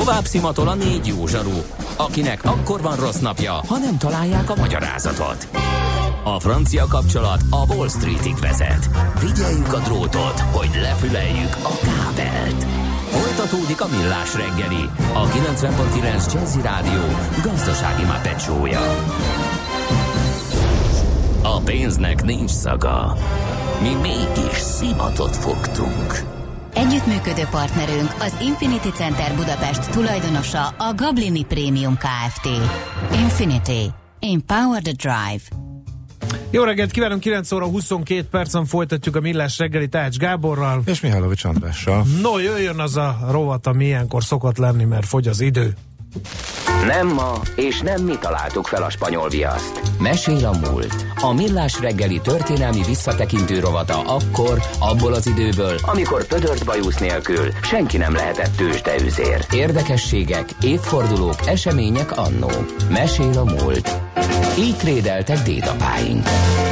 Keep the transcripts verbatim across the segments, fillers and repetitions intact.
Tovább szimatol a négy jó zsaru, akinek akkor van rossz napja, ha nem találják a magyarázatot. A francia kapcsolat a Wall Streetig vezet. Figyeljük a drótot, hogy lefüleljük a kábelt. Folytatódik a Millás reggeli, a kilencven pont kilenc Jazzy Rádió gazdasági mápecsója. A pénznek nincs szaga. Mi mégis szimatot fogtunk. Együttműködő partnerünk az Infinity Center Budapest tulajdonosa a Gablini Premium Kft. Infinity. Empower the Drive. Jó reggelt kívánunk, kilenc óra huszonkét percen folytatjuk a Millás reggeli Ács Gáborral. És Mihálovics Andrással. No, jöjjön az a rovat, ami ilyenkor szokott lenni, mert fogy az idő. Nem ma, és nem mi találtuk fel a spanyol viaszt. Mesél a múlt. A Millás reggeli történelmi visszatekintő rovata akkor, abból az időből, amikor pödört bajusz nélkül senki nem lehetett tőzsdeüzér. Érdekességek, évfordulók, események annó. Mesél a múlt. Így trédeltek dédapáink.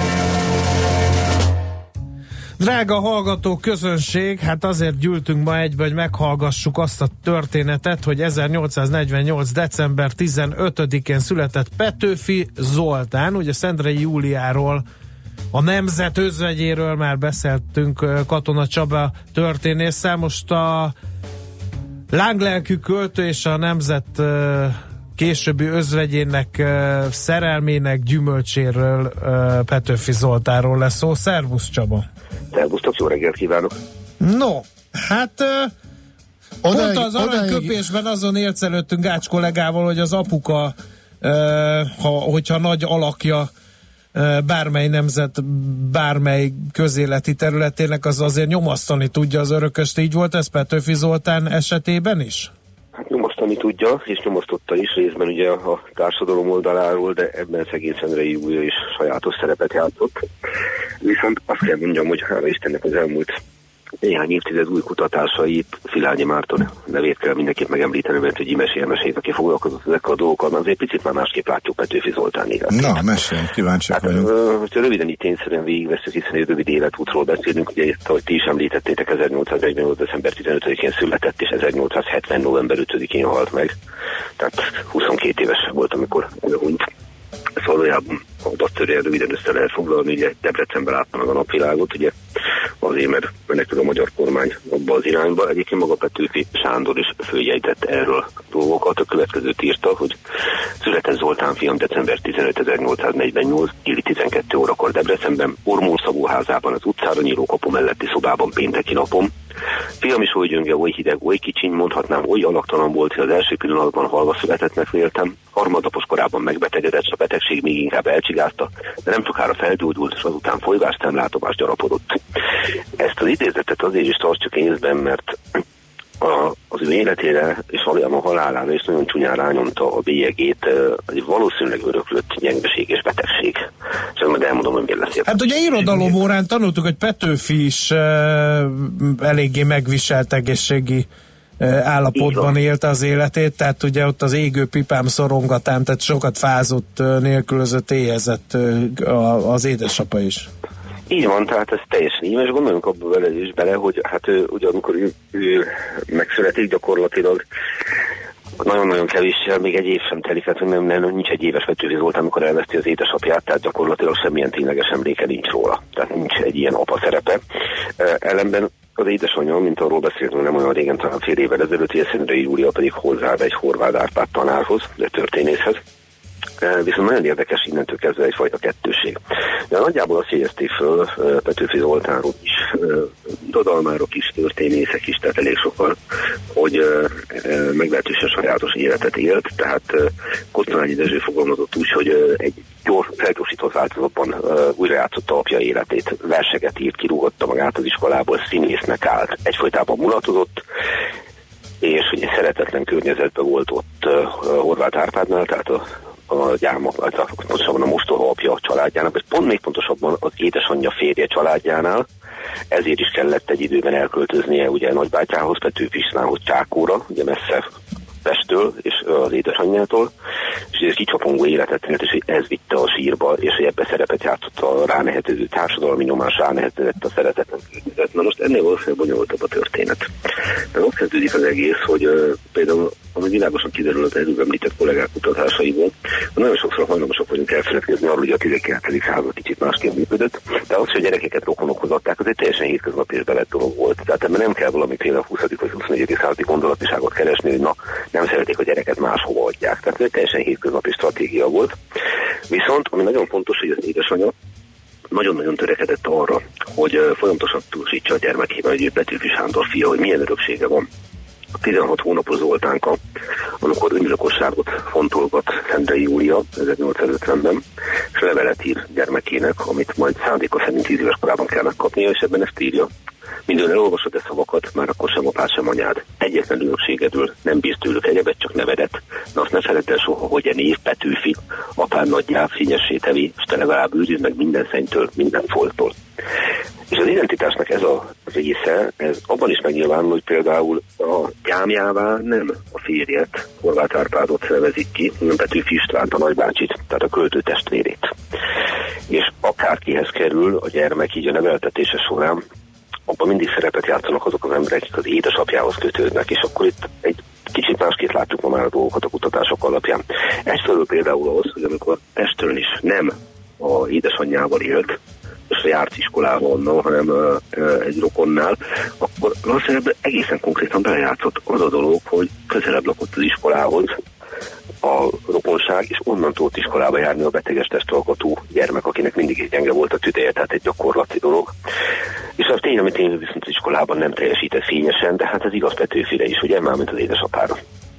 Drága hallgató közönség, hát azért gyűltünk ma egybe, hogy meghallgassuk azt a történetet, hogy ezernyolcszáznegyvennyolc. december tizenötödikén született Petőfi Zoltán, ugye Szendrei Júliáról, a nemzet özvegyéről már beszéltünk Katona Csaba történésszel, most a lánglelkű költő és a nemzet későbbi özvegyének, szerelmének gyümölcséről, Petőfi Zoltánról lesz szó. Szervusz Csaba! Szervusztok, jó reggelt kívánok! No, hát uh, odaig, pont az aranyköpésben azon élsz előttünk Gács kollégával, hogy az apuka, uh, ha, hogyha nagy alakja uh, bármely nemzet, bármely közéleti területének, az azért nyomasztani tudja az örököst. Így volt ez Petőfi Zoltán esetében is? Hát nyomasztani tudja, és nyomasztotta is részben ugye a társadalom oldaláról, de ebben szegény Szendrei Júlia is sajátos szerepet játszott. Viszont azt kell mondjam, hogy hála Istennek az elmúlt néhány évtized új kutatásai, Szilágyi Márton nevét kell mindenképp megemlíteni, mert egy imesi elmesét, aki foglalkozott ezekkel a dolgokkal, azért picit már másképp látjuk Petőfi Zoltán életét. Na, mesélj, kíváncsiak hát, vagyunk. Hogyha röviden így tényszerűen végigveszünk, hiszen egy rövid életútról beszélünk, ugye itt, ahogy ti is említettétek, ezernyolcszáznegyvennyolc. december tizenötödikén született, és ezernyolcszázhetven. november ötödikén halt meg. Tehát huszonkét éves volt, amikor elhunyt. Ezt valójában a dattörően röviden össze lehet foglalni, ugye Debrecenben látta meg a napvilágot, ugye azért, mert menekül a magyar kormány abba az irányba. Egyébként maga Petőfi Sándor is följegyzett erről a dolgokat. A következőt írta, hogy született Zoltán fiam december tizenötödike ezernyolcszáznegyvennyolc. Téli tizenkettő órakor Debrecenben, Ormószagó házában, az utcára nyíló kapu melletti szobában pénteki napon. Fiam is oly gyönge, oly hideg, oly kicsiny, mondhatnám, oly alaktalan volt, hogy az első pillanatban halva születettnek véltem. Harmadnapos korában megbetegedett, és a betegség még inkább elcsigázta, de nem sokára felgyógyult, és azután folyvást, látomás gyarapodott. Ezt az idézetet azért is tartjuk észben, mert a, az ő életére és valójában a halálára is nagyon csúnyán rányomta a bélyegét egy valószínűleg öröklött gyengeség és betegség. És majd elmondom, hogy miért lesz értem. Hát ugye irodalom órán tanultuk, hogy Petőfi is uh, eléggé megviselt egészségi uh, állapotban élte az életét, tehát ugye ott az égő pipám szorongatán, tehát sokat fázott, uh, nélkülözött, éhezett uh, az édesapa is. Így van, tehát ez teljesen így, és gondoljunk abba vele is bele, hogy hát ő, ugye amikor ő, ő megszületik gyakorlatilag, nagyon-nagyon kevéssel, még egy év sem telik, tehát nem, nem, nincs egy éves Petőfi Zoltán, amikor elveszti az édesapját, tehát gyakorlatilag semmilyen tényleges emléke nincs róla. Tehát nincs egy ilyen apa szerepe. Ellenben az édesanyja, mint arról beszéltünk nem olyan régen, talán fél évvel ezelőtt, hogy Szendrei Júlia pedig hozzáad egy Horváth Árpád tanárhoz, de történészhez. Viszont nagyon érdekes innentől kezdve egyfajta kettőség. De nagyjából azt jegyezték föl Petőfi Zoltánról is, irodalmárok is, történészek is, tehát elég sokan, hogy meglehetősen sajátos életet élt, tehát Kosztolányi Dezső fogalmazott úgy, hogy egy gyors, felgyorsított változatban újrajátszotta apja életét, verseket írt, kirúgatta magát az iskolából, színésznek állt, egyfolytában mulatozott, és ugye szeretetlen környezetben volt ott Horváth Árpádnál, tehát a a gyáma, pontosabban a mostoha apja családjának, vagy pont még pontosabban az édesanyja férje családjánál, ezért is kellett egy időben elköltöznie ugye nagybátyához, Petőfi Istvához, Csákóra, ugye messze Pesttől és az édesanyjától, és ez kicsapongó életet élt, és ez vitte a sírba, és ebbe szerepet játszott a ránehezedő társadalmi nyomás, ránehezedett a szeretetlen környezet. Na most ennél valószínűleg bonyolultabb a történet. De ott kezdődik az egész, hogy uh, például ami ami világosan kiderül az előbb említett kollégák kutatásaiból, nagyon sokszor hajlamosak vagyunk elfeledkezni arról, hogy a tizenkilencedik század kicsit másképp működött, de az, hogy a gyerekeket rokonokhoz adták, az egy teljesen hétköznapi és bevett dolog volt. Tehát ebben nem kell valamiféle a huszadik vagy huszonegyedik századi gondolatiságot keresni, hogy na, nem szeretik a gyereket máshova adják. Tehát ez egy teljesen hétköznapi stratégia volt. Viszont, ami nagyon fontos, hogy az édesanyja nagyon-nagyon törekedett arra, hogy folyamatosan tudósítsa a gyermekében, hogy ő Petőfi Sándor fia, hogy milyen öröksége van. A tizenhat hónapos Zoltánka, amikor öngyilkosságot fontolgat Szendrei Júlia ezernyolcszázötvenben, és levelet ír gyermekének, amit majd szándéka szerint tíz éves korában kell megkapnia, és ebben ezt írja. Mindőn elolvasod ezt szavakat, már akkor sem apád, sem anyád. Egyetlen örökségedről nem bíz tőlük egyebet, csak nevedet. De azt ne feledd el soha, hogy a név Petőfi, apád nagyjá, fényessé tevi, és te legalább őrizd meg minden szennytől, minden folttól. És az identitásnak ez a része, ez abban is megnyilvánul, hogy például a gyámjává nem a férjet, Horváth Árpádot nevezik ki, hanem Petőfi Istvánt, a nagybácsit, tehát a költő testvérét. És akárkihez kerül a gyermek így a neveltetése során, abban mindig szerepet játszanak azok az emberek, akik az édesapjához kötődnek, és akkor itt egy kicsit másképp látjuk ma már a dolgokat a kutatások alapján. Egyfelől például az, hogy amikor Pestről is nem a édesanyjával élt, és járt iskolába onnan, hanem uh, uh, egy rokonnál, akkor valószínűleg egészen konkrétan belejátszott az a dolog, hogy közelebb lakott az iskolához a rokonság, és onnan tudott iskolába járni a beteges testalkatú gyermek, akinek mindig is gyenge volt a tüdeje, tehát egy gyakorlati dolog. És az tény, amit én viszont az iskolában nem teljesített fényesen, de hát ez igaz Petőfire is, ugye, már mint az édesapára.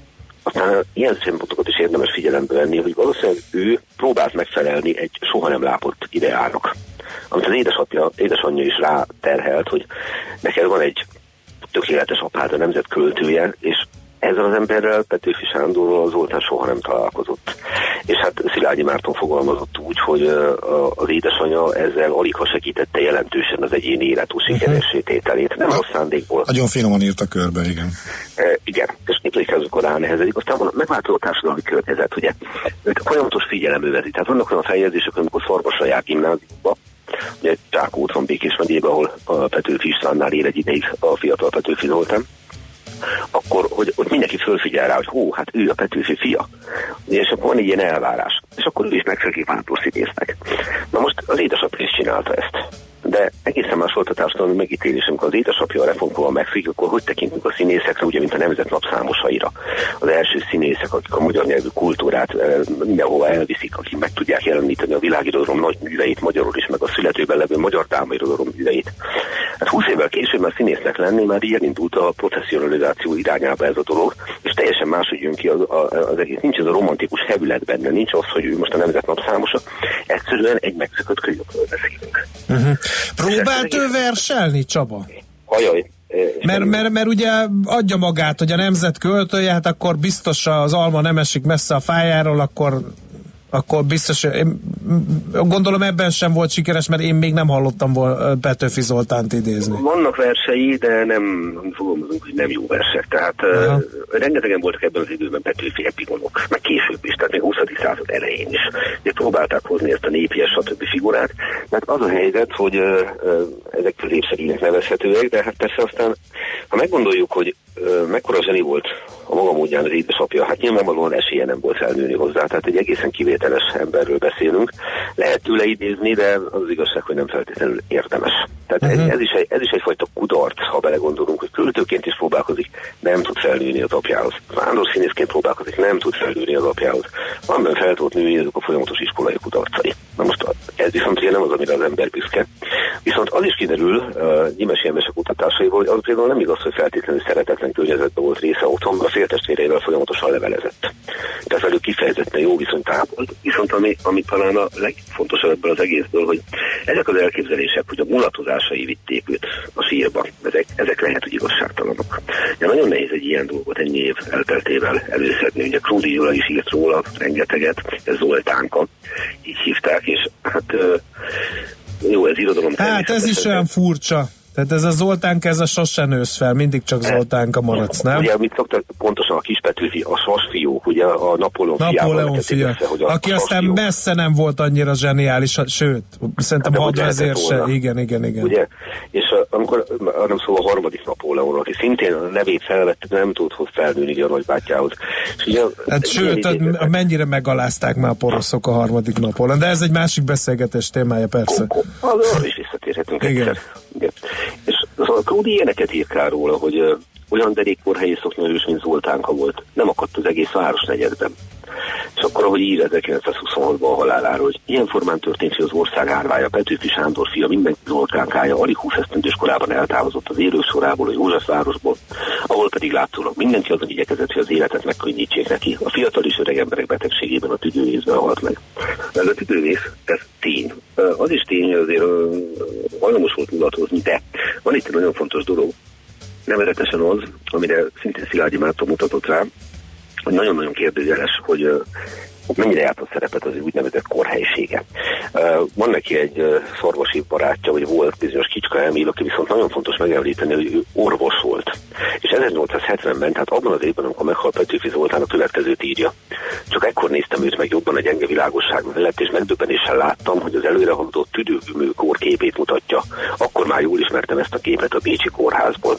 Aztán ilyen szempontokat is érdemes figyelembe venni, hogy valószínűleg ő próbált megfelelni egy soha nem látott ideának, amit az édesapja, édesanyja is ráterhelt, hogy neked van egy tökéletes apád, a nemzet költője, és ezzel az emberrel, Petőfi Sándorral az Zoltán soha nem találkozott. És hát Szilágyi Márton fogalmazott úgy, hogy az édesanyja ezzel aligha segítette jelentősen az egyéni életú sikeressé tételét. Nem rossz szándékból. Nagyon finoman írt a körbe, igen. E, igen, és emlékezzük, ránehezedik. Aztán van a megváltozó társadalmi környezet, ugye őt folyamatos figyelem övezi. Tehát vannak olyan feljegyzések, amikor Szarvasra jár gimnáziumba, ugye Csákó út van Békés megyében, ahol a Petőfi Istvánnál él egy ideig a fiatal Petőfi Zoltán, akkor, hogy, hogy mindenki fölfigyel rá, hogy hú, hát ő a Petőfi fia. És akkor van egy ilyen elvárás. És akkor ő is megszöki vándorszínésznek. Na most az édesapja is csinálta ezt. De egészen más volt a társadalmi megítélés, amikor az édesapja a reformkóval megszűnik, akkor hogy tekintünk a színészekre, ugye, mint a nemzetnap számosaira. Az első színészek, akik a magyar nyelvű kultúrát e, mindenhova elviszik, akik meg tudják jeleníteni a világirodalom nagy műveit, magyarul is, meg a születőben levő magyar drámairodalom műveit. Hát húsz évvel később már színésznek lenni, már így elindult a professzionalizáció irányába ez a dolog, és teljesen máshogy jön ki az, az egész. Nincs ez a romantikus hevület benne, nincs az, hogy ő most a nemzetnap számosa, egyszerűen egy megszökött könyvekről beszélünk. Uh-huh. Próbált ő verselni, Csaba? Ajaj. Mert, mert, mert ugye adja magát, hogy a nemzet költője, hát akkor biztos az alma nem esik messze a fájáról, akkor, akkor biztos, én gondolom ebben sem volt sikeres, mert én még nem hallottam volna Petőfi Zoltánt idézni. Vannak versei, de nem fogalmazunk, hogy nem jó versek. Tehát uh, rengetegen voltak ebben az időben Petőfi epigonok, meg később is, tehát még huszadik század elején is. De próbálták hozni ezt a népies, stb. Figurát. Tehát az a helyzet, hogy uh, ezek középszerűnek nevezhetőek, de hát persze aztán, ha meggondoljuk, hogy uh, mekkora zseni volt a maga módján az édesapja, hát nyilvánvalóan esélye nem volt felnőni hozzá, tehát egy egészen kivételes emberről beszélünk. Lehet tőle idézni, de az, az igazság, hogy nem feltétlenül érdemes. Tehát uh-huh. ez, ez, is egy, ez is egyfajta kudarc, ha belegondolunk, hogy költőként is próbálkozik, nem tud felnőni az apjához. Vándor színészként próbálkozik, nem tud felnőni az apjához. Amiben fel tudott nőni, azok a folyamatos iskolai kudarcai. Na most ez viszont ugye nem az, amire az ember büszke. Viszont az is kiderül uh, Gyimesi Emese kutatásaiból, hogy az például nem igaz, hogy feltétlenül szeretetlen környezetben volt része otthon, a féltestvéreivel folyamatosan levelezett. Tehát velük kifejezetten jó viszonyt ápolt. Viszont ami, ami talán a legfontosabb ebből az egészből, hogy ezek az elképzelések, hogy a mulatozásai vitték őt a sírba, ezek, ezek lehet, hogy igazságtalanok. De nagyon nehéz egy ilyen dolgot ennyi év elteltével előszedni. Ugye Krúdi Gyula is írt róla rengeteget, ez Zoltánka, így hívták, és hát jó, ez irodalom. Hát ez is olyan furcsa. Tehát ez a Zoltánka, ez a sose nősz fel, mindig csak Zoltánka maradsz, nem? Ugye, mit szoktak pontosan a Kis Petőfi, a sasfiók, ugye a Napóleon fiával. Napóleon fia, össze, aki aztán messze nem volt annyira zseniális, sőt, szerintem hát, hadvezér se, igen, igen, igen. Ugye? És a, amikor, nem szó a harmadik Napóleon, aki szintén a nevét felvette, nem tudott hozzá felnőni a nagybátyjához. Ugye, hát sőt, a, mennyire megalázták már a poroszok a harmadik Napóleon, de ez egy másik beszélgetés témája, persze. Arra is visszatérhetünk egyszer. Igen. És szóval Krúdi ilyeneket ír rá róla, hogy uh, olyan derékkorhelyi szoknyelős, mint Zoltánka volt. Nem akadt az egész városnegyedben. És akkor, ahogy ír ezerkilencszázhuszonhatban a haláláról, hogy ilyen formán történt, hogy az ország árvája, Petőfi Sándor fia, mindenki Zoltánkája alig húsz esztendős korában eltávozott az élők sorából, a Józsefvárosból, ahol pedig látszólag mindenki azon igyekezett, hogy az életet megkönnyítsék neki. A fiatal és öreg emberek betegségében a tüdővészben halt meg. Ez a tüdővész, ez tény. Az is tény, hogy azért hajlamos volt mulatkozni, de van itt egy nagyon fontos dolog, nevezetesen az, amire szintén Szilágyi Márton mutatott rá, hogy nagyon-nagyon kérdőjeles, hogy uh, mennyire játszott szerepet az úgynevezett korhelyisége. Uh, van neki egy uh, szorvosi barátja, vagy volt bizonyos Kicska Emil, aki viszont nagyon fontos megemlíteni, hogy ő orvos volt. És ezernyolcszázhetvenben, tehát abban az évben, amikor meghalt Petőfi Zoltán, a következőt írja. Csak ekkor néztem őt meg jobban a gyenge világosság mellett, és megdöbbenéssel láttam, hogy az előre haladott tüdőgümő kórképét mutatja. Akkor már jól ismertem ezt a képet a bécsi kórházból.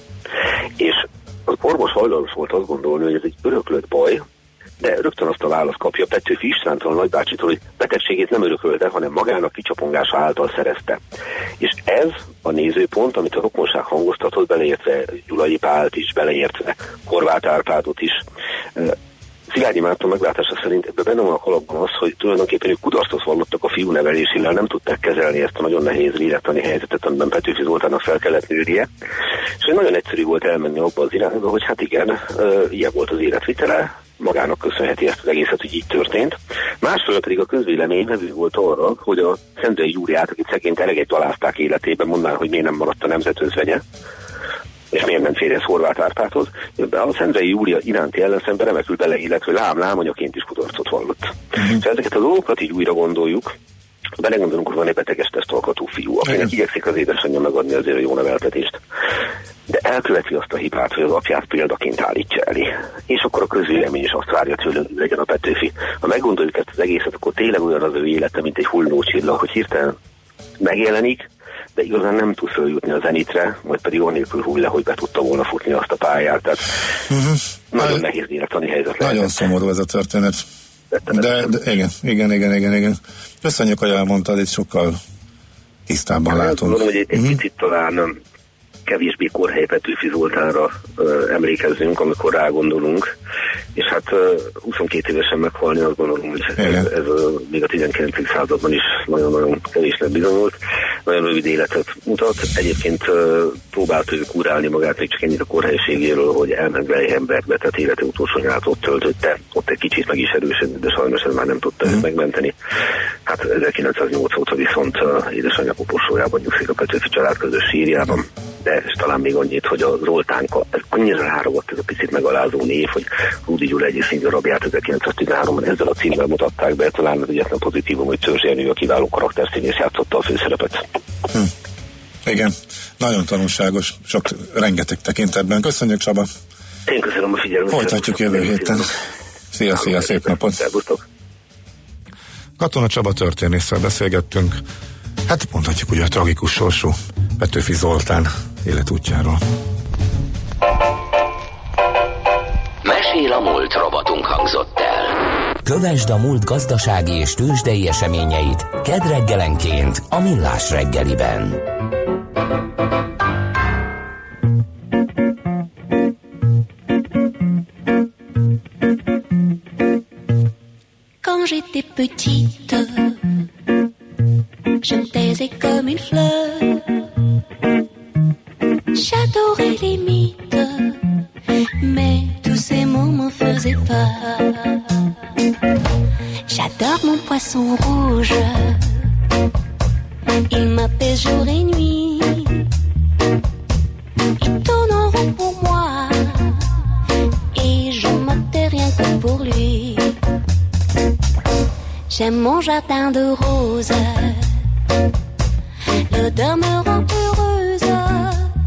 És az orvos hajlanos volt azt gondolni, hogy ez egy öröklött baj, de rögtön azt a választ kapja Petőfi Istvántól, a nagybácsitól, hogy betegségét nem örökölte, hanem magának kicsapongása által szerezte. És ez a nézőpont, amit a rokonság hangoztatott, beleértve Gyulai Pált is, beleértve Horváth Árpádot is. Szilágyi Márton meglátása szerint ebben benne van a kalapban az, hogy tulajdonképpen ők kudarcot vallottak a fiú nevelésével, nem tudták kezelni ezt a nagyon nehéz lélektani helyzetet, amiben Petőfi Zoltánnak fel kellett nőnie. És nagyon egyszerű volt elmenni abba az irányba, hogy hát igen, uh, ilyen volt az életvitele, magának köszönheti ezt az egészet, hogy így történt. Másfelől pedig a közvélemény nevű volt arra, hogy a Szendrei Júriát, akit szegényt eleget alázták életében, mondván, hogy miért nem maradt a nemzetözvegye, és miért nem férjez Horváth Árpádhoz. A Szendrei Júlia iránti ellenszemben remekül beleillett, hogy lám, lám, anyaként is kudarcot vallott. Uh-huh. És ezeket a dolgokat így újra gondoljuk, belegondolunk, hogy van egy beteges tesztalkatú fiú, akinek igyekszik az édesanyja megadni azért a jó neveltetést. De elköveti azt a hibát, hogy az apját példaként állítsa elé. És akkor a közvélemény is azt várja tőlünk, hogy legyen a Petőfi. Ha meggondoljuk ezt az egészet, akkor tényleg olyan az ő élete, mint egy hulló csillag, hogy hirtelen megjelenik, de igazán nem tud följutni a zenitre, majd pedig annélkül hull le, hogy be tudta volna futni azt a pályát. Tehát uh-huh. nagyon Nagy, nehéz életlani helyzet lehet. Nagyon szomorú ez a történet. De, de igen, igen, igen, igen, igen. Köszönjük, hogy elmondtad, itt sokkal tisztábban látunk. Tudom, hogy egy, egy uh-huh. picit talán kevésbé korhelyi Petőfi Zoltánra uh, emlékezzünk, amikor rágondolunk, és hát uh, huszonkét évesen meghalni, azt gondolom, hogy ez, ez uh, még a tizenkilencedik században is nagyon-nagyon kevésnek bizonyult. Nagyon rövid életet mutat. Egyébként uh, próbált ő kurálni magát még csak ennyit a korhelyiségéről, hogy elment Weihenbergbe, tehát élete utolsó nyárat ott töltötte. Ott egy kicsit meg is erősödött, de sajnos ez már nem tudta mm. megmenteni. Hát ezerkilencszáznyolc óta viszont uh, édesanyja koporsójában nyugszik a Petőfi család közös sírjában. De és talán még annyit, hogy a Zoltánka, ez annyira ráragott ez a picit megalázó név, hogy Rudi Gyula egyik színdarabját ezerkilencszáztizenháromban ezzel a címmel mutatták be, talán az egyetlen pozitívum, hogy Czörzs Jenő a kiváló karakterszínész játszotta a főszerepet. Hm. Igen, nagyon tanulságos, sok, rengeteg tekintetben. Köszönjük, Csaba! Én köszönöm a figyelmet. Folytatjuk jövő héten. Szia, szia, szép napot! Szervusztok! Katona Csaba történésszel beszélgettünk. Hát mondhatjuk ugye a tragikus sorsú Petőfi Zoltán életútjáról. Mesél a múlt robotunk hangzott el. Kövesd a múlt gazdasági és tőzsdei eseményeit kedd reggelenként a Millás reggeliben. Quand j'étais petite, je me taisais comme une fleur. J'adorais les mythes, mais tous ces mots m'en faisaient peur. J'adore mon poisson rouge, il m'apaise jour et nuit. Il tourne en rond pour moi, et je me tais rien que pour lui. J'aime mon jardin de roses, l'odeur me rend heureuse.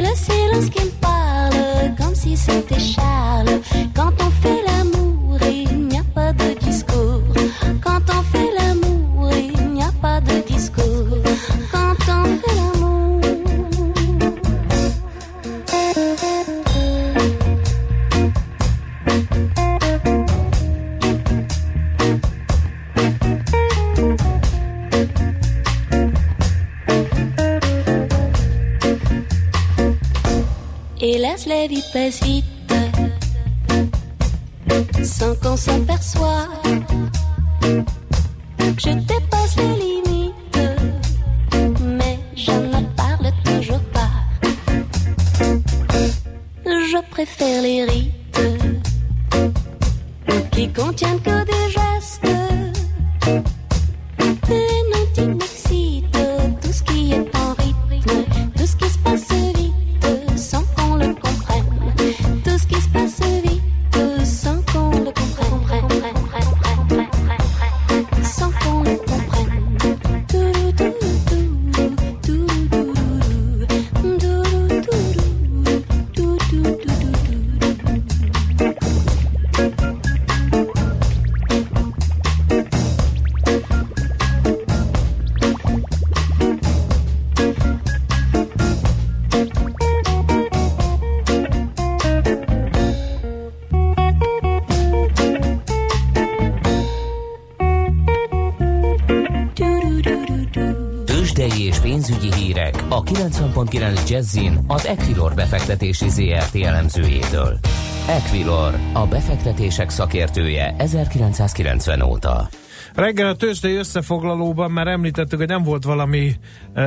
le silence qui me parle, comme si c'était Charles. Quand on fait l'amour, il n'y a pas de discours. Quand on fait l'amour, il n'y a pas de discours. Quand on fait l'amour. Hélas, la vie passe vite, sans qu'on s'aperçoive. Je dépasse les limites, mais je ne parle toujours pas. Je préfère les rites qui contiennent que des gestes. Les noms qui m'excitent, tout ce qui est en rythme, tout ce qui se passe vite, sans qu'on le comprenne. Tout ce qui se passe vite, sans qu'on le comprenne. Sans qu'on le comprenne. És pénzügyi hírek a kilencven pont kilenc Jazzin az Equilor befektetési zé er té elemzőjétől. Equilor, a befektetések szakértője ezerkilencszázkilencven óta. Reggel a tőzsdei összefoglalóban már említettük, hogy nem volt valami uh,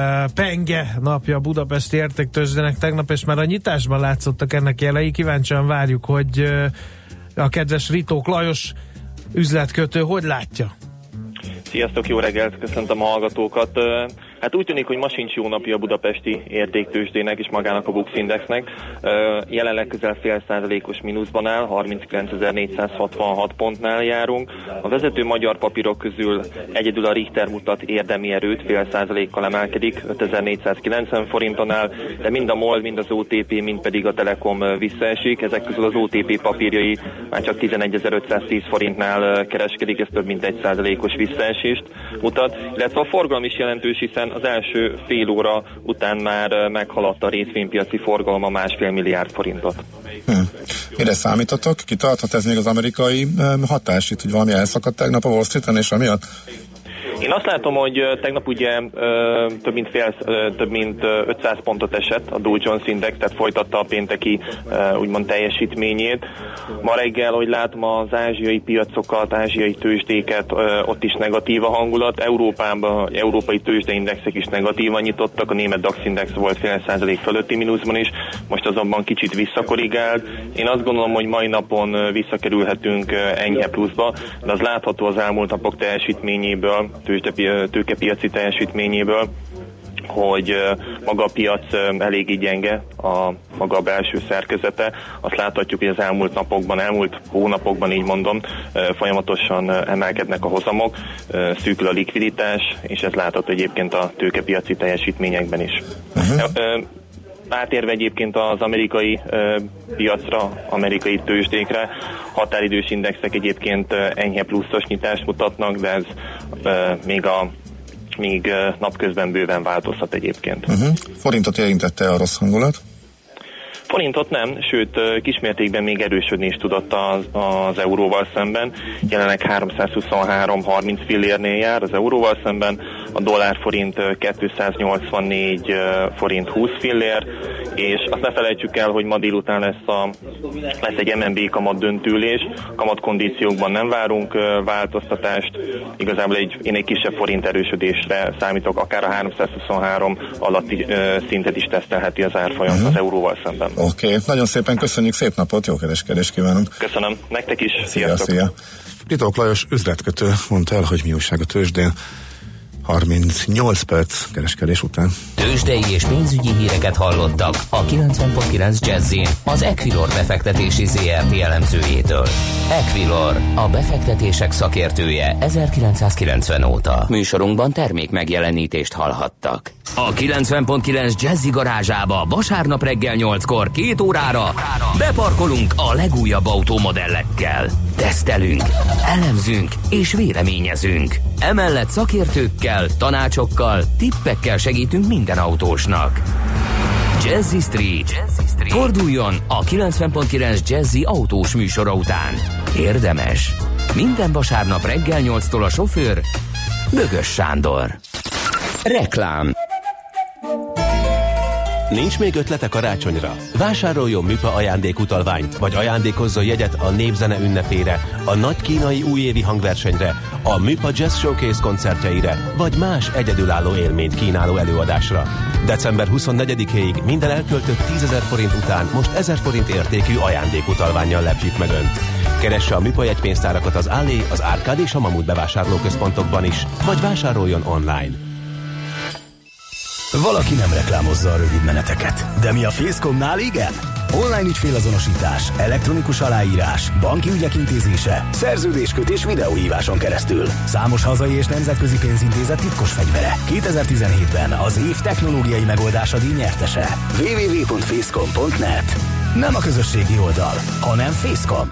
penge napja a budapesti értéktőzsdének tegnap, és már a nyitásban látszottak ennek jelei. Kíváncsian várjuk, hogy uh, a kedves Ritók Lajos üzletkötő hogy látja? Sziasztok, jó reggelt, köszöntöm a hallgatókat. Hát úgy tűnik, hogy ma sincs jó napja a budapesti értéktőzsdének és magának a Bux Indexnek. Jelenleg közel fél százalékos mínuszban áll, harminckilencezer-négyszázhatvanhat pontnál járunk. A vezető magyar papírok közül egyedül a Richter mutat érdemi erőt, fél százalékkal emelkedik, ötezer-négyszázkilencven forinton áll, de mind a MOL, mind az o té pé, mind pedig a Telekom visszaesik. Ezek közül az o té pé papírjai már csak tizenegyezer-ötszáztíz forintnál kereskedik, ez több mint egy százalékos visszaesést mutat, illetve a forgalom is jelentős, hiszen az első fél óra után már meghaladta a részvénypiaci forgalma másfél milliárd forintot. Hmm. Mire számítotok? Kitarthat ez még az amerikai hatás itt, hogy valami elszakadt tegnap a Wall Streeten, és amiatt? Én azt látom, hogy tegnap ugye több mint, fél, több mint ötszáz pontot esett a Dow Jones Index, tehát folytatta a pénteki úgymond teljesítményét. Ma reggel, hogy látom az ázsiai piacokat, ázsiai tőzsdéket, ott is negatív a hangulat. Európában, európai tőzsdeindexek is negatívan nyitottak, a német DAX Index volt fél százalék fölötti mínuszban is, most azonban kicsit visszakorrigált. Én azt gondolom, hogy mai napon visszakerülhetünk enyhe pluszba, de az látható az elmúlt napok teljesítményéből, tőkepiaci teljesítményéből, hogy maga a piac eléggé gyenge, a maga a belső szerkezete. Azt láthatjuk, hogy az elmúlt napokban, elmúlt hónapokban, így mondom, folyamatosan emelkednek a hozamok, szűkül a likviditás, és ez látható egyébként a tőkepiaci teljesítményekben is. Uh-huh. Átérve egyébként az amerikai uh, piacra, amerikai tőzsdékre, határidős indexek egyébként uh, enyhe pluszos nyitást mutatnak, de ez uh, még a még uh, napközben bőven változhat egyébként. Uh-huh. Forintot érintette a rossz hangulat? Forintot nem, sőt kismértékben még erősödni is tudott az, az euróval szemben. Jelenleg háromszázhuszonhárom harminc fillérnél jár az euróval szemben, a dollár forint kétszáznyolcvannégy forint húsz fillér, és azt ne felejtsük el, hogy ma délután lesz, a, lesz egy em en bé kamat döntőülés, kamatkondíciókban nem várunk változtatást, igazából egy, én egy kisebb forint erősödésre számítok, akár a háromszázhuszonhárom alatti szintet is tesztelheti az árfolyam uh-huh. az euróval szemben. Oké, okay. Nagyon szépen köszönjük, szép napot, jó kereskedést kívánunk. Köszönöm, nektek is, szia, sziasztok. Szia. Ritók Lajos üzletkötő mondta el, hogy mi újság a tőzsdén. harmincnyolc perc kereskedés után. Tőzsdei és pénzügyi híreket hallottak a kilencven pont kilenc Jazzin az Equilor befektetési zé er té elemzőjétől. Equilor, a befektetések szakértője ezerkilencszázkilencven óta. Műsorunkban termék megjelenítést hallhattak. A kilencven pont kilenc Jazzy garázsába vasárnap reggel nyolckor két órára beparkolunk a legújabb automodellekkel. Tesztelünk, elemzünk és véleményezünk. Emellett szakértőkkel, tanácsokkal, tippekkel segítünk minden autósnak. Jazzy Street. Jazzy Street. Forduljon a kilencven pont kilenc Jazzy autós műsora után. Érdemes. Minden vasárnap reggel nyolctól a sofőr Bögös Sándor. Reklám. Nincs még ötlete karácsonyra? Vásároljon Műpa ajándékutalványt, vagy ajándékozzon jegyet a Népzene ünnepére, a nagy kínai újévi hangversenyre, a Műpa Jazz Showcase koncertjeire, vagy más egyedülálló élményt kínáló előadásra. december huszonnegyedikéig minden elköltött tízezer forint után most ezer forint értékű ajándékutalvánnyal lepjük meg Önt. Keresse a Műpa jegypénztárakat az Allé, az Árkád és a Mamut bevásárlóközpontokban is, vagy vásároljon online. Valaki nem reklámozza a rövid meneteket, de mi a Facecomnál igen? Online ügyfélazonosítás, elektronikus aláírás, banki ügyek intézése, szerződéskötés videóhíváson keresztül. Számos hazai és nemzetközi pénzintézet titkos fegyvere. kétezer-tizenhétben az év technológiai megoldása díj nyertese. double-u double-u double-u pont facecom pont net. Nem a közösségi oldal, hanem Facecom.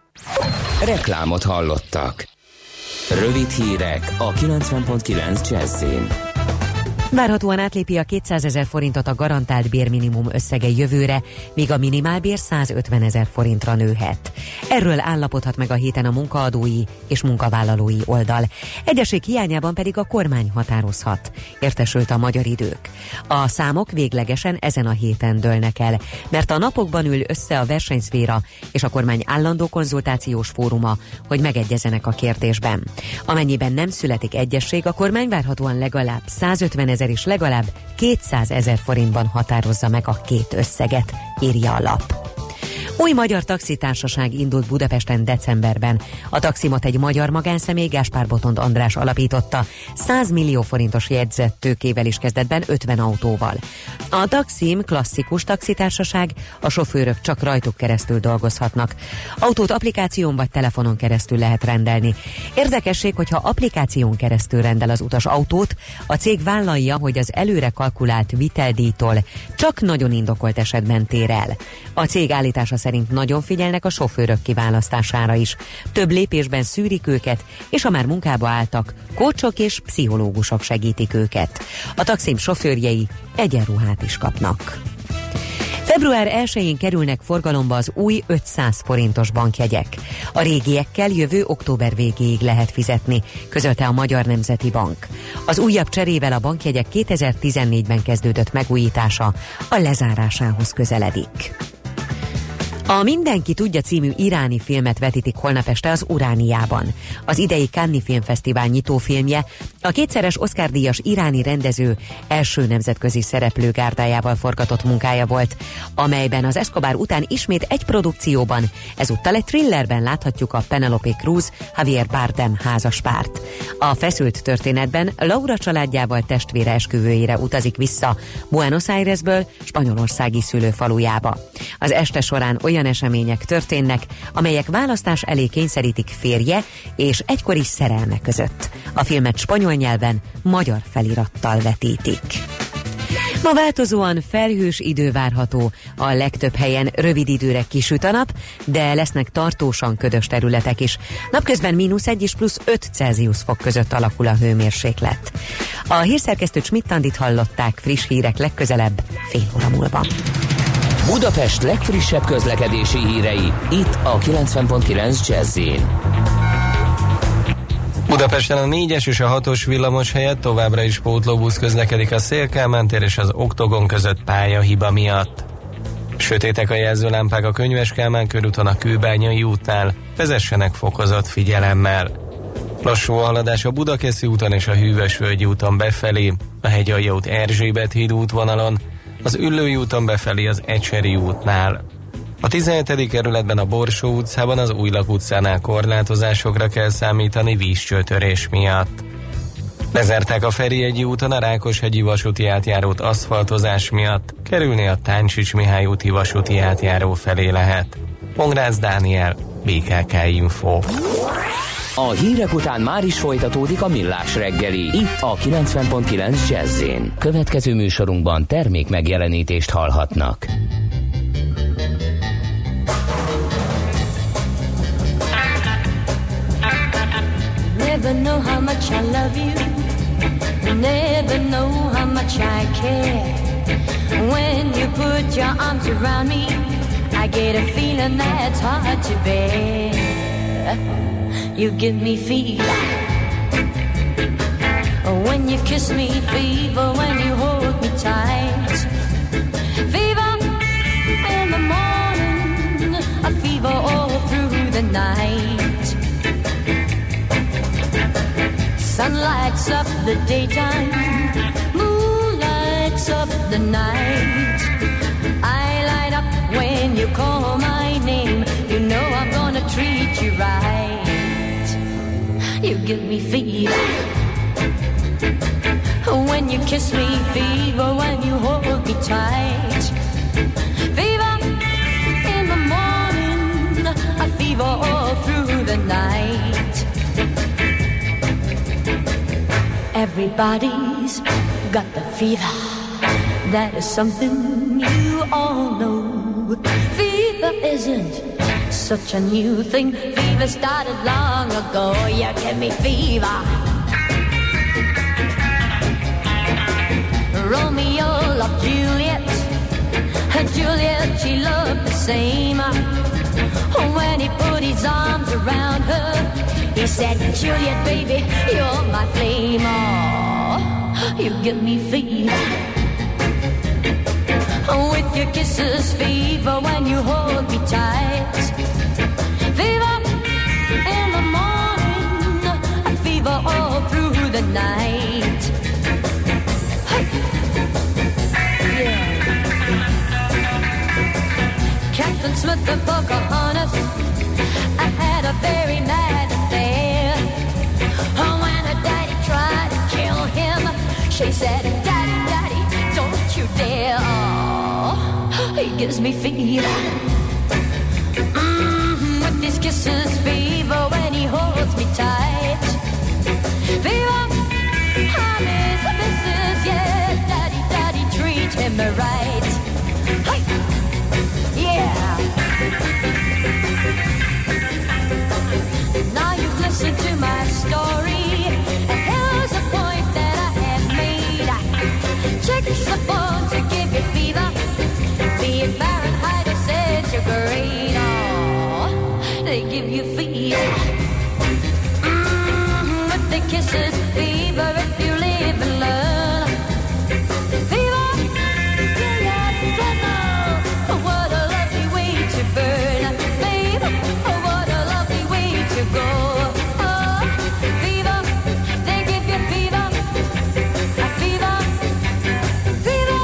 Reklámot hallottak. Rövid hírek a kilencven pont kilenc Jazzin. Várhatóan átlépi a kétszázezer forintot a garantált bérminimum összege jövőre, míg a minimálbér százötvenezer forintra nőhet. Erről állapodhat meg a héten a munkaadói és munkavállalói oldal. Egyesség hiányában pedig a kormány határozhat, értesült a Magyar Idők. A számok véglegesen ezen a héten dőlnek el, mert a napokban ül össze a versenyszféra és a kormány állandó konzultációs fóruma, hogy megegyezenek a kérdésben. Amennyiben nem születik egyesség, a kormány várhatóan legalább százötvenezer és legalább kétszázezer forintban határozza meg a két összeget, írja a lap. Új magyar taxitársaság indult Budapesten decemberben. A Taximot egy magyar magánszemély, Gáspár Botond András alapította. száz millió forintos jegyzett tőkével is kezdetben ötven autóval. A Taxim klasszikus taxitársaság, a sofőrök csak rajtuk keresztül dolgozhatnak. Autót applikáción vagy telefonon keresztül lehet rendelni. Érdekesség, hogyha applikáción keresztül rendel az utas autót, a cég vállalja, hogy az előre kalkulált viteldíjtól csak nagyon indokolt esetben tér el. A cég állítása szerint nagyon figyelnek a sofőrök kiválasztására is. Több lépésben szűrik őket, és ha már munkába álltak, kócsok és pszichológusok segítik őket. A Taxim sofőrjei egyenruhát is kapnak. február elsején kerülnek forgalomba az új ötszáz forintos bankjegyek. A régiekkel jövő október végéig lehet fizetni, közölte a Magyar Nemzeti Bank. Az újabb cserével a bankjegyek kétezer-tizennégyben kezdődött megújítása a lezárásához közeledik. A Mindenki tudja című iráni filmet vetítik holnap este az Urániában. Az idei Cannes Filmfesztivál nyitófilmje a kétszeres Oscar-díjas iráni rendező első nemzetközi szereplőgárdájával forgatott munkája volt, amelyben az Escobar után ismét egy produkcióban, ezúttal egy thrillerben láthatjuk a Penelope Cruz, Javier Bardem házaspárt. A feszült történetben Laura családjával testvére esküvőjére utazik vissza Buenos Airesből spanyolországi szülőfalujába. Az este során olyan események történnek, amelyek választás elé kényszerítik férje és egykori szerelme között. A filmet spanyol nyelven, magyar felirattal vetítik. Ma változóan felhős idő várható, a legtöbb helyen rövid időre kisüt a nap, de lesznek tartósan ködös területek is. Napközben mínusz egy és plusz öt Celsius fok között alakul a hőmérséklet. A hírszerkesztő Schmidt-Andit hallották, friss hírek legközelebb fél óra múlva. Budapest legfrissebb közlekedési hírei, itt a kilencven pont kilenc Jazz-in. Budapesten a négyes és a hatos villamos helyett továbbra is pótlóbusz közlekedik a Széll-Kálmán tér és az Oktogon között pályahiba miatt. Sötétek a jelzőlámpák a Könyves Kálmán körúton a Kőbányai útnál, vezessenek fokozott figyelemmel. Lassú a haladás a Budakeszi úton és a Hűvösvölgyi úton befelé, a Hegyalja út Erzsébet híd útvonalon, az Üllői úton befelé az Ecseri útnál. A tizenhetedik kerületben a Borsó utcában az Újlak utcánál korlátozásokra kell számítani vízcsőtörés miatt. Bezárták a Ferihegyi úton a Rákoshegyi vasúti átjárót aszfaltozás miatt. Kerülni a Táncsics Mihály úti vasúti átjáró felé lehet. Pongrácz Dániel, bé ká ká Info. A hírek után már is folytatódik a Millás reggeli, itt a kilencven pont kilenc Jazz-én. Következő műsorunkban termék megjelenítést hallhatnak. Never know how much I love you. Never know how much I care. When you put your arms around me, I get a feeling that's hard to bear. You give me fever when you kiss me, fever when you hold me tight. Fever in the morning, a fever all through the night. Sun lights up the daytime, moon lights up the night. I light up when you call my name. You know I'm gonna treat you right. You give me fever when you kiss me, fever when you hold me tight. Fever in the morning, a fever all through the night. Everybody's got the fever. That is something you all know. Fever isn't such a new thing. Fever started long ago. You give me fever. Romeo loved Juliet. Juliet, she loved the same. When he put his arms around her, he said, Juliet, baby, you're my flame. Oh, you give me fever. With your kisses, fever when you hold me tight. Fever in the morning, a fever all through the night. Hey. Yeah. Captain Smith and Pocahontas, I had a very mad affair. Oh, when her daddy tried to kill him, she said, Daddy, Daddy, don't you dare. Oh, he gives me fever. Mm-hmm, with his kisses, fever when he holds me tight. Fever, I'm his missus, yeah. Daddy, Daddy, treat him right. Hey, yeah. Now you've listened to my story, and here's a point that I have made. Chicks are born to give you fever, be it Fahrenheit or centigrade. Oh, they give you fever. Mm-hmm, with the kisses, fever if you live and learn. Fever, yeah, yeah, yeah. What a lovely way to burn, babe. What a lovely way to go. Oh, fever, they give you fever. A fever, fever.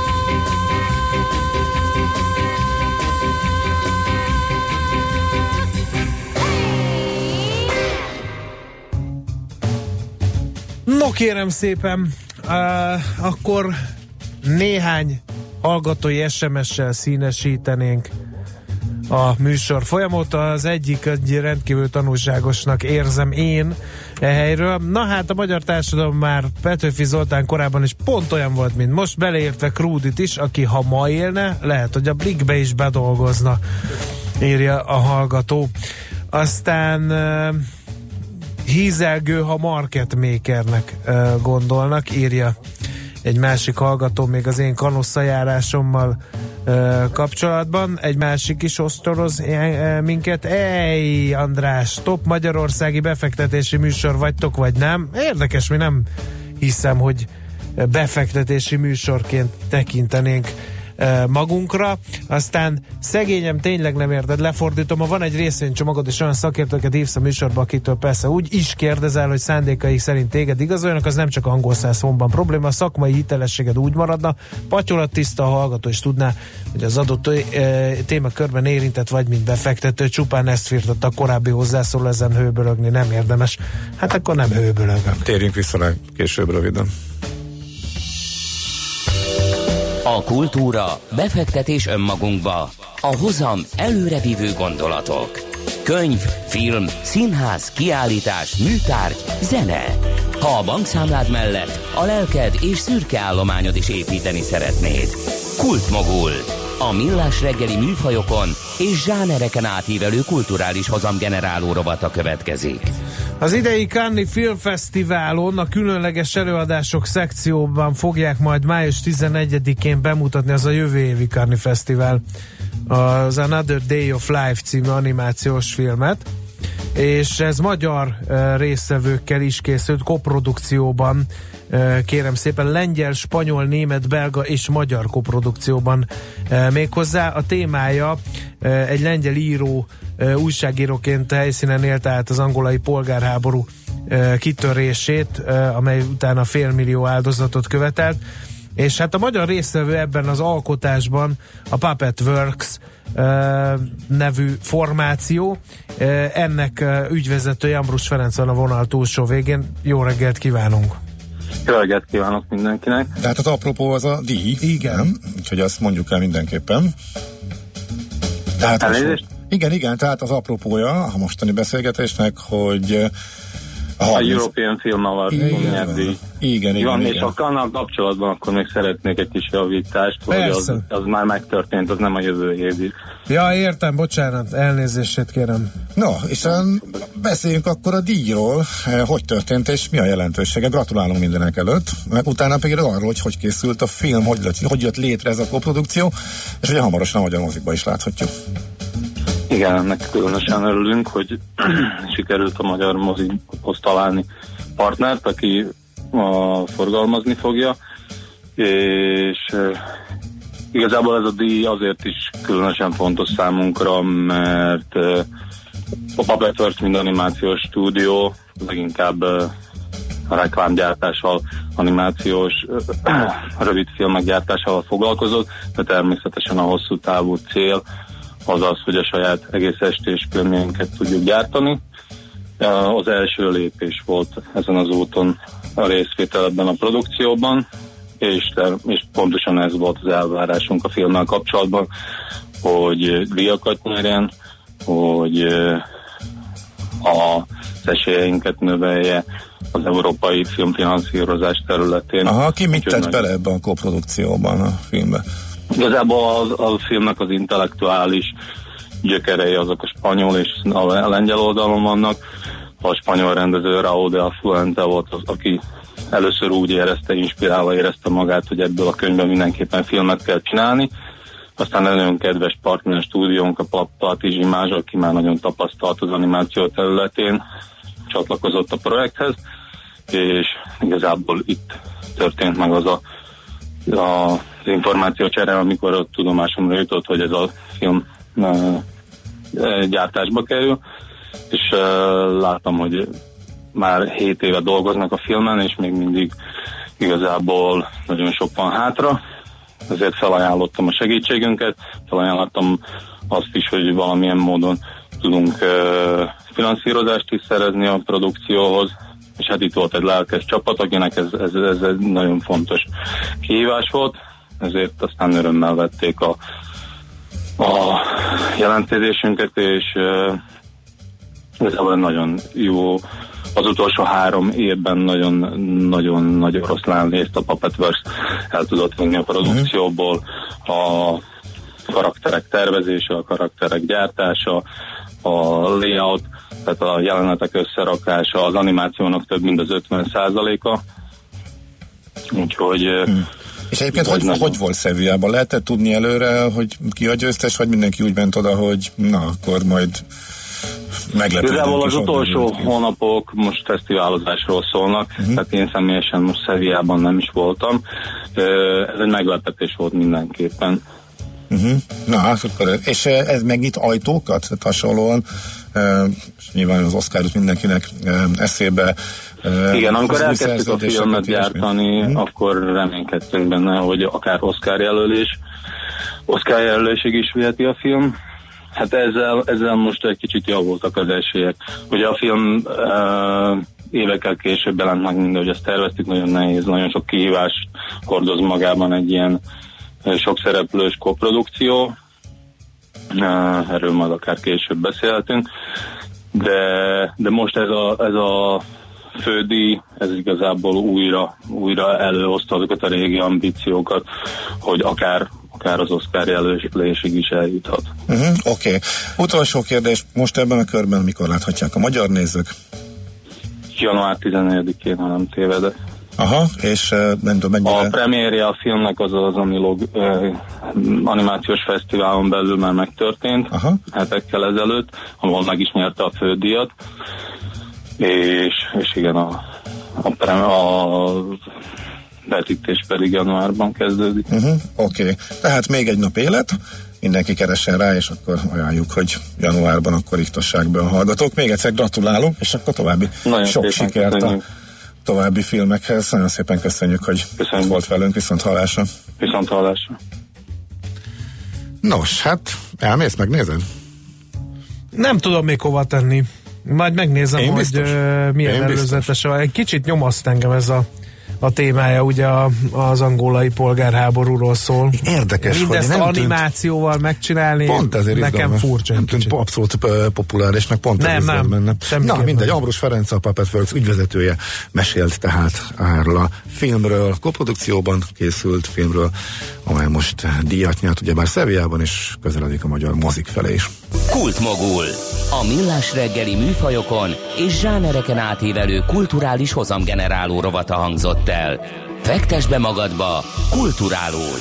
No kérem szépen, uh, akkor néhány hallgatói es em es-sel színesítenénk a műsor folyamot. Az egyik egy rendkívül tanulságosnak érzem én e helyről. Na hát a magyar társadalom már Petőfi Zoltán korábban is pont olyan volt, mint most, beleértve Krúdit is, aki ha ma élne, lehet, hogy a Blikkbe is bedolgozna, írja a hallgató. Aztán uh, hízelgő, ha market makernek uh, gondolnak, írja egy másik hallgató még az én kanosszajárásommal uh, kapcsolatban. Egy másik is osztoroz uh, minket. Ej, András, top magyarországi befektetési műsor vagytok, vagy nem? Érdekes, mi nem hiszem, hogy befektetési műsorként tekintenénk e, magunkra, aztán szegényem tényleg nem érted, lefordítom, ha van egy részvénycsomagod, és olyan szakértőket hívsz a műsorba, akitől persze úgy is kérdezel, hogy szándékaik szerint téged igazoljanak, az nem csak angol szászomban probléma, a szakmai hitelességed úgy maradna, patyolat tiszta, a hallgató is tudná, hogy az adott e, témakörben érintett vagy, mint befektető, csupán ezt firtatta a korábbi hozzászóló, ezen hőbölögni nem érdemes. Hát akkor nem hőbölögök. Térjünk vissza rá később röviden. A kultúra, befektetés önmagunkba, a hozam előrevívő gondolatok. Könyv, film, színház, kiállítás, műtárgy, zene. Ha a bankszámlád mellett a lelked és szürke állományod is építeni szeretnéd. Kultmogul. A millás reggeli műfajokon és zsánereken átívelő kulturális hozamgeneráló rovata következik. Az idei Cannes Filmfesztiválon a különleges előadások szekcióban fogják majd május tizenegyedikén bemutatni az a jövő évi Cannes Fesztivál, az Another Day of Life című animációs filmet, és ez magyar uh, résztvevőkkel is készült, koprodukcióban, uh, kérem szépen, lengyel, spanyol, német, belga és magyar koprodukcióban uh, méghozzá. A témája uh, egy lengyel író, uh, újságíróként helyszínen élte át az angolai polgárháború uh, kitörését, uh, amely utána félmillió áldozatot követelt, és hát a magyar résztvevő ebben az alkotásban a Puppet Works uh, nevű formáció. Uh, ennek uh, ügyvezetője Ambrus Ferenc van a vonal túlsó végén. Jó reggelt kívánunk! Jó reggelt kívánok mindenkinek! Tehát az apropó az a díj. Igen. Úgyhogy azt mondjuk el mindenképpen. Tehát Elnézést? Igen, igen, tehát az apropója a mostani beszélgetésnek, hogy a, a European Film Award nyerdi. Igen, igen, van, igen. És a annal kapcsolatban akkor még szeretnék egy kis javítást, hogy az, az már megtörtént, az nem a jövő évi. Ja, értem, bocsánat, elnézését kérem. No, és um, beszéljünk akkor a díjról, hogy történt és mi a jelentősége. Gratulálunk mindenek előtt, meg utána pedig arról, hogy hogy készült a film, hogy, lett, hogy jött létre ez a koprodukció, és ugye hamarosan a magyar mozikba is láthatjuk. Igen, ennek különösen örülünk, hogy sikerült a magyar mozihoz találni partnert, aki a, forgalmazni fogja, és e, igazából ez a díj azért is különösen fontos számunkra, mert e, a Puppet Works, mint animációs stúdió, leginkább e, a reklámgyártással, animációs e, rövidfilmek gyártásával foglalkozott, de természetesen a hosszú távú cél az az, hogy a saját egész estés filmjeinket tudjuk gyártani. Az első lépés volt ezen az úton a részvétel ebben a produkcióban, és, és pontosan ez volt az elvárásunk a filmmel kapcsolatban, hogy díjakat nyerjen, hogy az esélyeinket növelje az európai filmfinanszírozás területén. Aha, ki mit tett bele ebben a koprodukcióban a filmbe? Igazából a, a filmnek az intellektuális gyökerei azok a spanyol és a lengyel oldalon vannak. A spanyol rendező Raúl de la Fuente volt az, aki először úgy érezte, inspirálva érezte magát, hogy ebből a könyvben mindenképpen filmet kell csinálni. Aztán egy nagyon kedves partner stúdiónk, a Platizs Imázs, aki már nagyon tapasztalt az animáció területén, csatlakozott a projekthez, és igazából itt történt meg az a, a az információcsere, amikor a tudomásomra jutott, hogy ez a film uh, gyártásba kerül, és uh, láttam, hogy már hét éve dolgoznak a filmen, és még mindig igazából nagyon sok van hátra, ezért felajánlottam a segítségünket, felajánlottam azt is, hogy valamilyen módon tudunk uh, finanszírozást is szerezni a produkcióhoz, és hát itt volt egy lelkes csapat, akinek ez, ez, ez egy nagyon fontos kihívás volt, ezért aztán örömmel vették a, a jelentkezésünket, és uh, igazából nagyon jó, az utolsó három évben nagyon, nagyon nagy oroszlán részt a Puppet Works el tudott venni a produkcióból, a karakterek tervezése, a karakterek gyártása, a layout, tehát a jelenetek összerakása, az animációnak több mint az ötven százaléka. Úgyhogy... Hmm. És egyébként hogy, hogy, hogy volt Sevillában? Lehetett tudni előre, hogy ki a győztes, vagy mindenki úgy ment oda, hogy na, akkor majd meglepődünk. Igazából az utolsó addig, hónapok most fesztiválozásról szólnak, uh-huh. tehát én személyesen most Sevillában nem is voltam. Ez egy meglepetés volt mindenképpen. Uh-huh. Na, hát akkor, és ez megnyit ajtókat? Tehát hasonlóan, e, nyilván az Oscar jut mindenkinek e, eszébe. E, Igen, amikor elkezdtük a filmet gyártani, uh-huh. akkor reménykedtünk benne, hogy akár Oscar jelölés, Oscar jelölésig is viheti a film. Hát ezzel, ezzel most egy kicsit javultak az esélyek. Ugye a film e, évekkel később jelent meg, mind, hogy ezt terveztük, nagyon nehéz, nagyon sok kihívást hordoz magában egy ilyen sok szereplős koprodukció, erről majd akár később beszélhetünk, de, de most ez a, ez a fődíj, ez igazából újra, újra előhozta azokat a régi ambíciókat, hogy akár, akár az Oscar jelölésig is eljuthat. Uh-huh, Oké. Okay. Utolsó kérdés, most ebben a körben mikor láthatják a magyar nézők? január tizennegyedikén, ha nem tévedek. Aha, és nem tudom mennyire... A premiérje a filmnek az az Amilog eh, animációs fesztiválon belül már megtörtént, aha. hetekkel ezelőtt, ahol meg is nyerte a fődíjat, és, és igen, a, a, prem, a vetítés pedig januárban kezdődik. Uh-huh, Oké, okay. Tehát még egy nap élet, mindenki keressen rá, és akkor ajánljuk, hogy januárban akkor iktassák be a hallgatók. Még egyszer gratulálunk, és akkor további nagyon sok sikert köszönjük. A további filmekhez. Nagyon szépen köszönjük, hogy köszönjük. Volt velünk, viszont hallásra. Viszont hallásra. Nos, hát elmész, megnézed? Nem tudom még hova tenni. Majd megnézem, Én hogy uh, milyen előzetes. Egy kicsit nyomaszt engem ez a a témája, ugye a, az angolai polgárháborúról szól. Érdekes, mindezt hogy nem animációval tűnt, megcsinálni, pont ezért nekem izgalmas. Furcsa. Nem tűnt abszolút populáris, meg pont nem, nem, benne. Na, mindegy, nem. Ambrus Ferenc, a Puppet Works ügyvezetője mesélt tehát erről a filmről, koprodukcióban készült filmről, amely most díjat nyert, ugyebár Sevillában is közeledik a magyar mozik felé is. Kultmogul. A millás reggeli műfajokon és zsánereken átívelő kulturális hozamgeneráló rovata hangzott el. Fektesd be magadba, kulturálódj!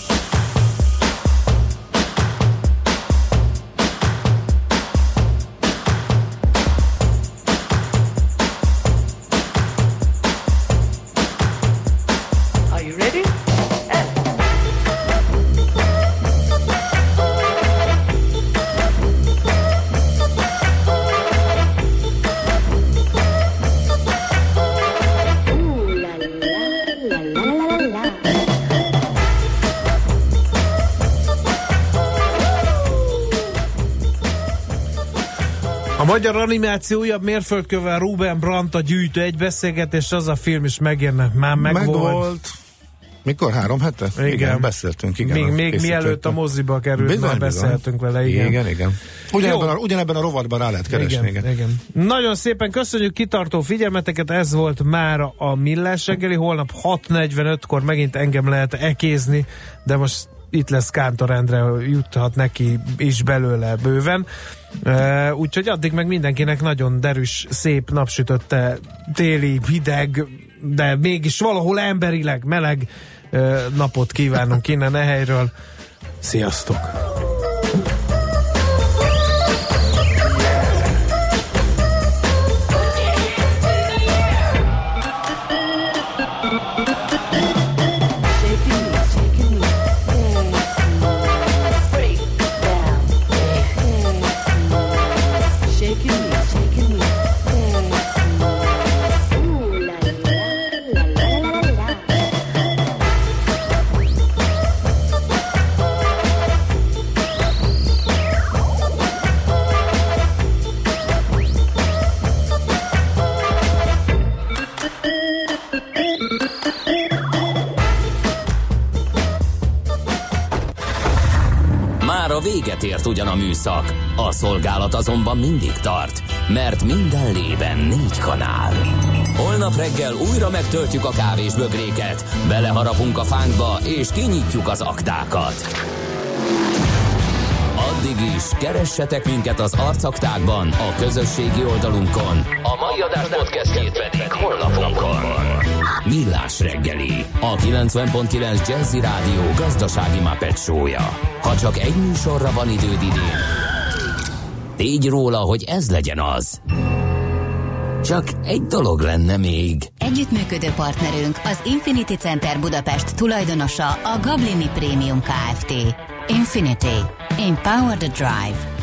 A magyar animáció újabb mérföldkövel Ruben Brandt a gyűjtő egy beszélgetés, az a film is megjelent. Már meg, meg volt. volt. Mikor? Három hete? Igen, igen beszéltünk. Igen, még még mielőtt a moziba került, bizony, már beszéltünk bizony. vele. Igen, igen. igen. Ugyanebben, a, ugyanebben a rovatban rá lehet keresni. Igen, igen. igen. Nagyon szépen köszönjük kitartó figyelmeteket, ez volt már a Millás reggeli, holnap hat negyvenötkor megint engem lehet ekézni, de most itt lesz Kántor Endre, juthat neki is belőle bőven. Uh, úgyhogy addig meg mindenkinek nagyon derűs, szép, napsütötte, téli, hideg, de mégis valahol emberileg meleg uh, napot kívánunk innen a helyről. Sziasztok! Véget ért ugyan a műszak, a szolgálat azonban mindig tart, mert minden lében négy kanál. Holnap reggel újra megtöltjük a kávésbögréket, beleharapunk a fánkba és kinyitjuk az aktákat. Addig is keressetek minket az arcaktákban, a közösségi oldalunkon, a mai adás podcastjét pedig honlapunkon. Millás reggeli, a kilencven pont kilenc Jazzy Rádió gazdasági Muppet show-ja. Ha csak egy műsorra van időd idén, Tégy róla, hogy ez legyen az. Csak egy dolog lenne még. Együttműködő partnerünk az Infinity Center Budapest tulajdonosa a Gablini Premium Kft. Infinity. Empower the Drive.